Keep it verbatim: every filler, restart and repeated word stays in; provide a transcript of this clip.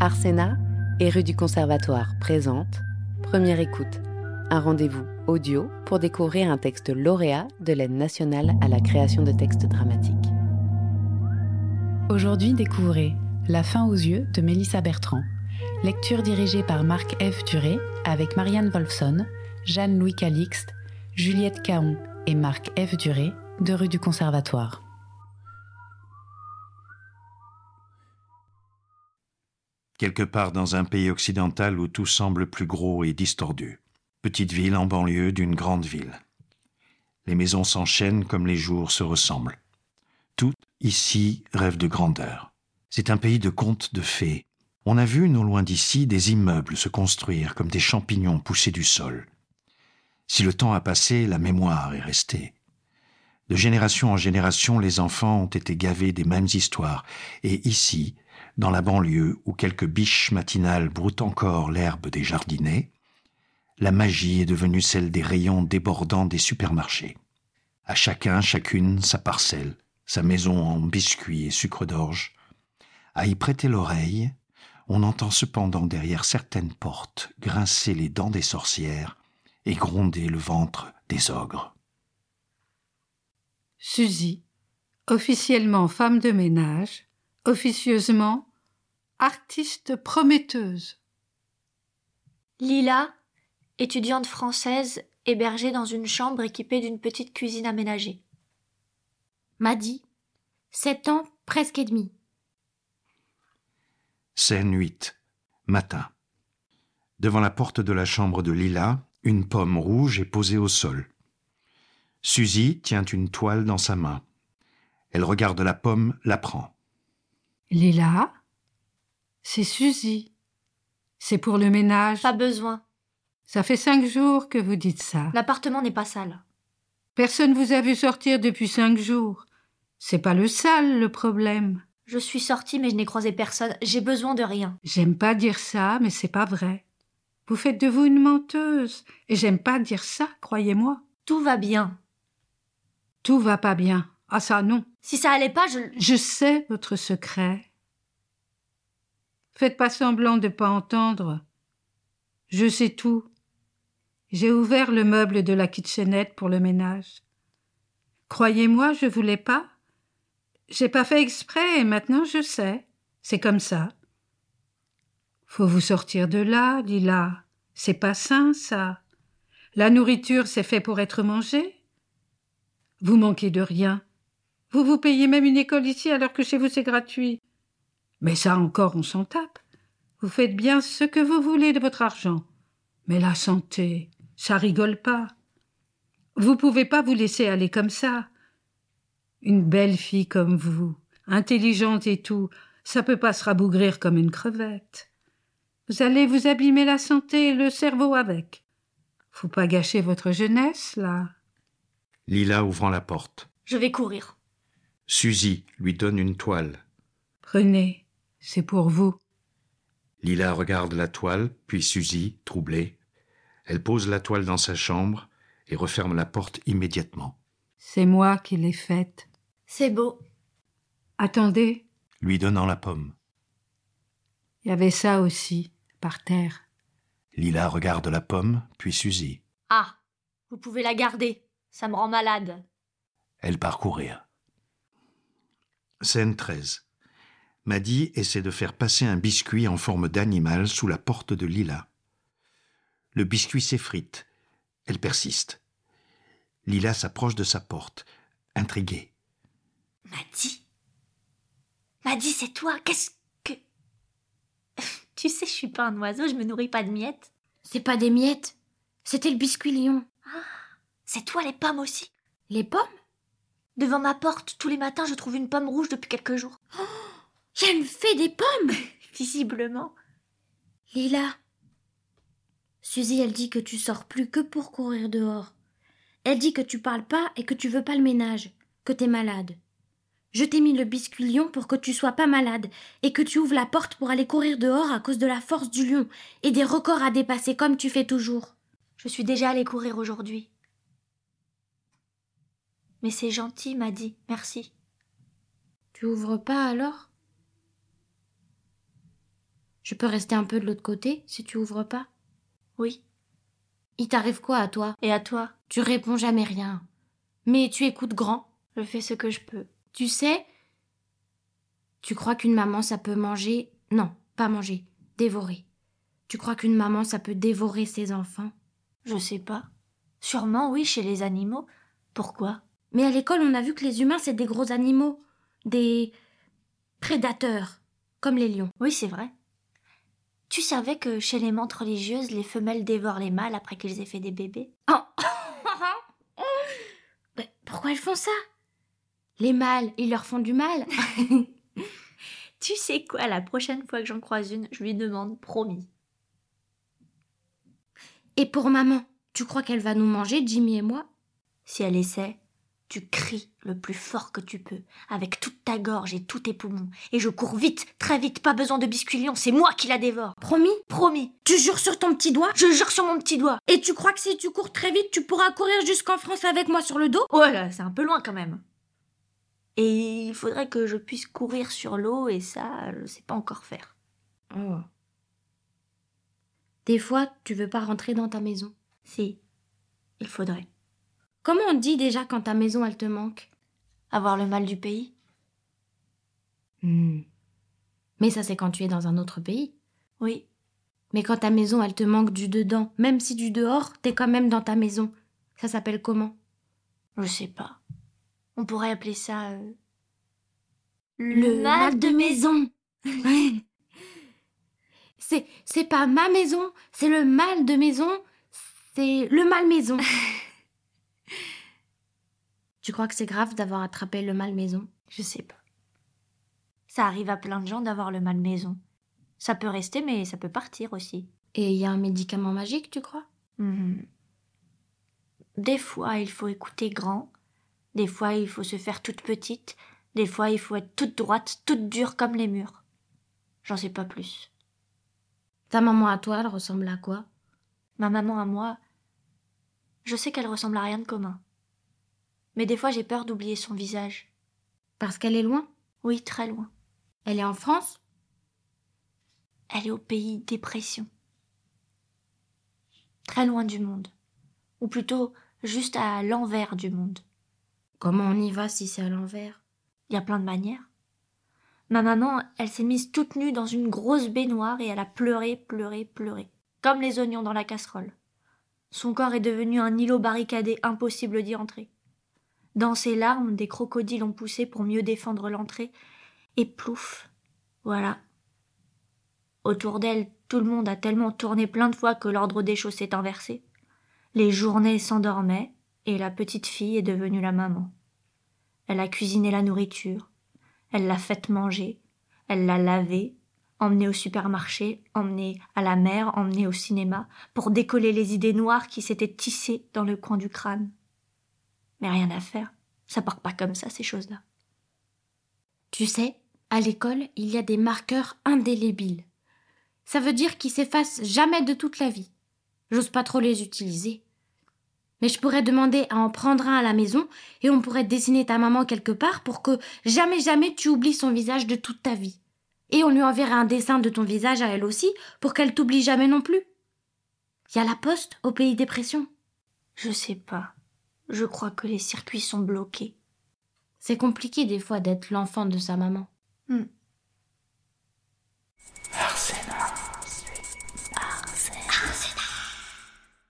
Arsena et rue du Conservatoire présente Première écoute, un rendez-vous audio pour découvrir un texte lauréat de l'aide nationale à la création de textes dramatiques. Aujourd'hui, découvrez La fin aux yeux de Mélissa Bertrand. Lecture dirigée par Marc-Ève Duré avec Marianne Wolfson, Jeanne-Louis Calixte, Juliette Caon et Marc-Ève Duré de rue du Conservatoire. Quelque part dans un pays occidental où tout semble plus gros et distordu. Petite ville en banlieue d'une grande ville. Les maisons s'enchaînent comme les jours se ressemblent. Tout ici rêve de grandeur. C'est un pays de contes de fées. On a vu, non loin d'ici, des immeubles se construire comme des champignons poussés du sol. Si le temps a passé, la mémoire est restée. De génération en génération, les enfants ont été gavés des mêmes histoires. Et ici, dans la banlieue où quelques biches matinales broutent encore l'herbe des jardinets, la magie est devenue celle des rayons débordants des supermarchés. À chacun, chacune, sa parcelle, sa maison en biscuits et sucre d'orge. À y prêter l'oreille, on entend cependant derrière certaines portes grincer les dents des sorcières et gronder le ventre des ogres. Suzy, officiellement femme de ménage, officieusement artiste prometteuse. Lila, étudiante française, hébergée dans une chambre équipée d'une petite cuisine aménagée. Madi, sept ans, presque et demi. Scène huit. Matin. Devant la porte de la chambre de Lila, une pomme rouge est posée au sol. Suzy tient une toile dans sa main. Elle regarde la pomme, la prend. Lila, c'est Suzy. C'est pour le ménage. Pas besoin. Ça fait cinq jours que vous dites ça. L'appartement n'est pas sale. Personne vous a vu sortir depuis cinq jours. C'est pas le sale, le problème. Je suis sortie, mais je n'ai croisé personne. J'ai besoin de rien. J'aime pas dire ça, mais c'est pas vrai. Vous faites de vous une menteuse. Et j'aime pas dire ça, croyez-moi. Tout va bien. Tout va pas bien. Ah ça, non. Si ça allait pas, je... Je sais votre secret. Faites pas semblant de pas entendre. Je sais tout. J'ai ouvert le meuble de la kitchenette pour le ménage. Croyez-moi, je voulais pas. J'ai pas fait exprès et maintenant je sais. C'est comme ça. Faut vous sortir de là, Lila. C'est pas sain, ça. La nourriture, c'est fait pour être mangée. Vous manquez de rien. Vous vous payez même une école ici alors que chez vous c'est gratuit. Mais ça encore, on s'en tape. Vous faites bien ce que vous voulez de votre argent. Mais la santé, ça rigole pas. Vous pouvez pas vous laisser aller comme ça. Une belle fille comme vous, intelligente et tout, ça peut pas se rabougrir comme une crevette. Vous allez vous abîmer la santé et le cerveau avec. Faut pas gâcher votre jeunesse, là. Lila ouvrant la porte. Je vais courir. Suzy lui donne une toile. Prenez, c'est pour vous. Lila regarde la toile, puis Suzy, troublée. Elle pose la toile dans sa chambre et referme la porte immédiatement. C'est moi qui l'ai faite. C'est beau. Attendez. Lui donnant la pomme. Il y avait ça aussi, par terre. Lila regarde la pomme, puis Suzy. Ah, vous pouvez la garder. Ça me rend malade. Elle part courir. Scène treize. Madi essaie de faire passer un biscuit en forme d'animal sous la porte de Lila. Le biscuit s'effrite. Elle persiste. Lila s'approche de sa porte, intriguée. Madi Madi, c'est toi. Qu'est-ce que... Tu sais, je suis pas un oiseau, je me nourris pas de miettes. C'est pas des miettes. C'était le biscuit lion. Ah, c'est toi les pommes aussi. Les pommes? Devant ma porte, tous les matins, je trouve une pomme rouge depuis quelques jours. Oh, il y a une fée des pommes. Visiblement. Lila, Suzy, elle dit que tu sors plus que pour courir dehors. Elle dit que tu parles pas et que tu veux pas le ménage, que t'es malade. Je t'ai mis le biscuit lion pour que tu sois pas malade et que tu ouvres la porte pour aller courir dehors à cause de la force du lion et des records à dépasser comme tu fais toujours. Je suis déjà allée courir aujourd'hui. Mais c'est gentil, m'a dit. Merci. Tu ouvres pas alors? Je peux rester un peu de l'autre côté, si tu ouvres pas? Oui. Il t'arrive quoi à toi? Et à toi? Tu réponds jamais rien. Mais tu écoutes grand. Je fais ce que je peux. Tu sais, tu crois qu'une maman, ça peut manger... Non, pas manger, dévorer. Tu crois qu'une maman, ça peut dévorer ses enfants? Je sais pas. Sûrement, oui, chez les animaux. Pourquoi? Mais à l'école, on a vu que les humains, c'est des gros animaux. Des prédateurs, comme les lions. Oui, c'est vrai. Tu savais que chez les mantes religieuses, les femelles dévorent les mâles après qu'ils aient fait des bébés? Oh. Mais pourquoi elles font ça? Les mâles, ils leur font du mal. Tu sais quoi, la prochaine fois que j'en croise une, je lui demande, promis. Et pour maman, tu crois qu'elle va nous manger, Jimmy et moi? Si elle essaie, tu cries le plus fort que tu peux, avec toute ta gorge et tous tes poumons. Et je cours vite, très vite, pas besoin de biscuit lion, c'est moi qui la dévore. Promis? Promis. Tu jures sur ton petit doigt? Je jure sur mon petit doigt. Et tu crois que si tu cours très vite, tu pourras courir jusqu'en France avec moi sur le dos? Oh là, c'est un peu loin quand même. Et il faudrait que je puisse courir sur l'eau, et ça, je sais pas encore faire. Oh. Des fois, tu veux pas rentrer dans ta maison? Si, il faudrait. Comment on dit déjà quand ta maison, elle te manque? Avoir le mal du pays? Hmm. Mais ça, c'est quand tu es dans un autre pays. Oui. Mais quand ta maison, elle te manque du dedans, même si du dehors, t'es quand même dans ta maison. Ça s'appelle comment? Je sais pas. On pourrait appeler ça... Euh... Le, le mal de maison. Ouais. C'est, c'est pas ma maison, c'est le mal de maison, c'est le mal maison. Tu crois que c'est grave d'avoir attrapé le mal maison? Je sais pas. Ça arrive à plein de gens d'avoir le mal maison. Ça peut rester, mais ça peut partir aussi. Et il y a un médicament magique, tu crois? Mmh. Des fois, il faut écouter grand. Des fois, il faut se faire toute petite. Des fois, il faut être toute droite, toute dure comme les murs. J'en sais pas plus. Ta maman à toi, elle ressemble à quoi? Ma maman à moi, je sais qu'elle ressemble à rien de commun. Mais des fois, j'ai peur d'oublier son visage. Parce qu'elle est loin? Oui, très loin. Elle est en France? Elle est au pays dépression. Très loin du monde. Ou plutôt, juste à l'envers du monde. Comment on y va si c'est à l'envers? Il y a plein de manières. Ma maman, elle s'est mise toute nue dans une grosse baignoire et elle a pleuré, pleuré, pleuré. Comme les oignons dans la casserole. Son corps est devenu un îlot barricadé, impossible d'y entrer. Dans ses larmes, des crocodiles ont poussé pour mieux défendre l'entrée. Et plouf, voilà. Autour d'elle, tout le monde a tellement tourné plein de fois que l'ordre des choses s'est inversé. Les journées s'endormaient et la petite fille est devenue la maman. Elle a cuisiné la nourriture, elle l'a faite manger, elle l'a lavée, emmenée au supermarché, emmenée à la mer, emmenée au cinéma, pour décoller les idées noires qui s'étaient tissées dans le coin du crâne. Mais rien à faire, ça part pas comme ça, ces choses-là. Tu sais, à l'école, il y a des marqueurs indélébiles. Ça veut dire qu'ils s'effacent jamais de toute la vie. J'ose pas trop les utiliser. Mais je pourrais demander à en prendre un à la maison et on pourrait dessiner ta maman quelque part pour que jamais jamais tu oublies son visage de toute ta vie. Et on lui enverrait un dessin de ton visage à elle aussi pour qu'elle t'oublie jamais non plus. Il y a la poste au pays dépression. Je sais pas. Je crois que les circuits sont bloqués. C'est compliqué des fois d'être l'enfant de sa maman. Hmm.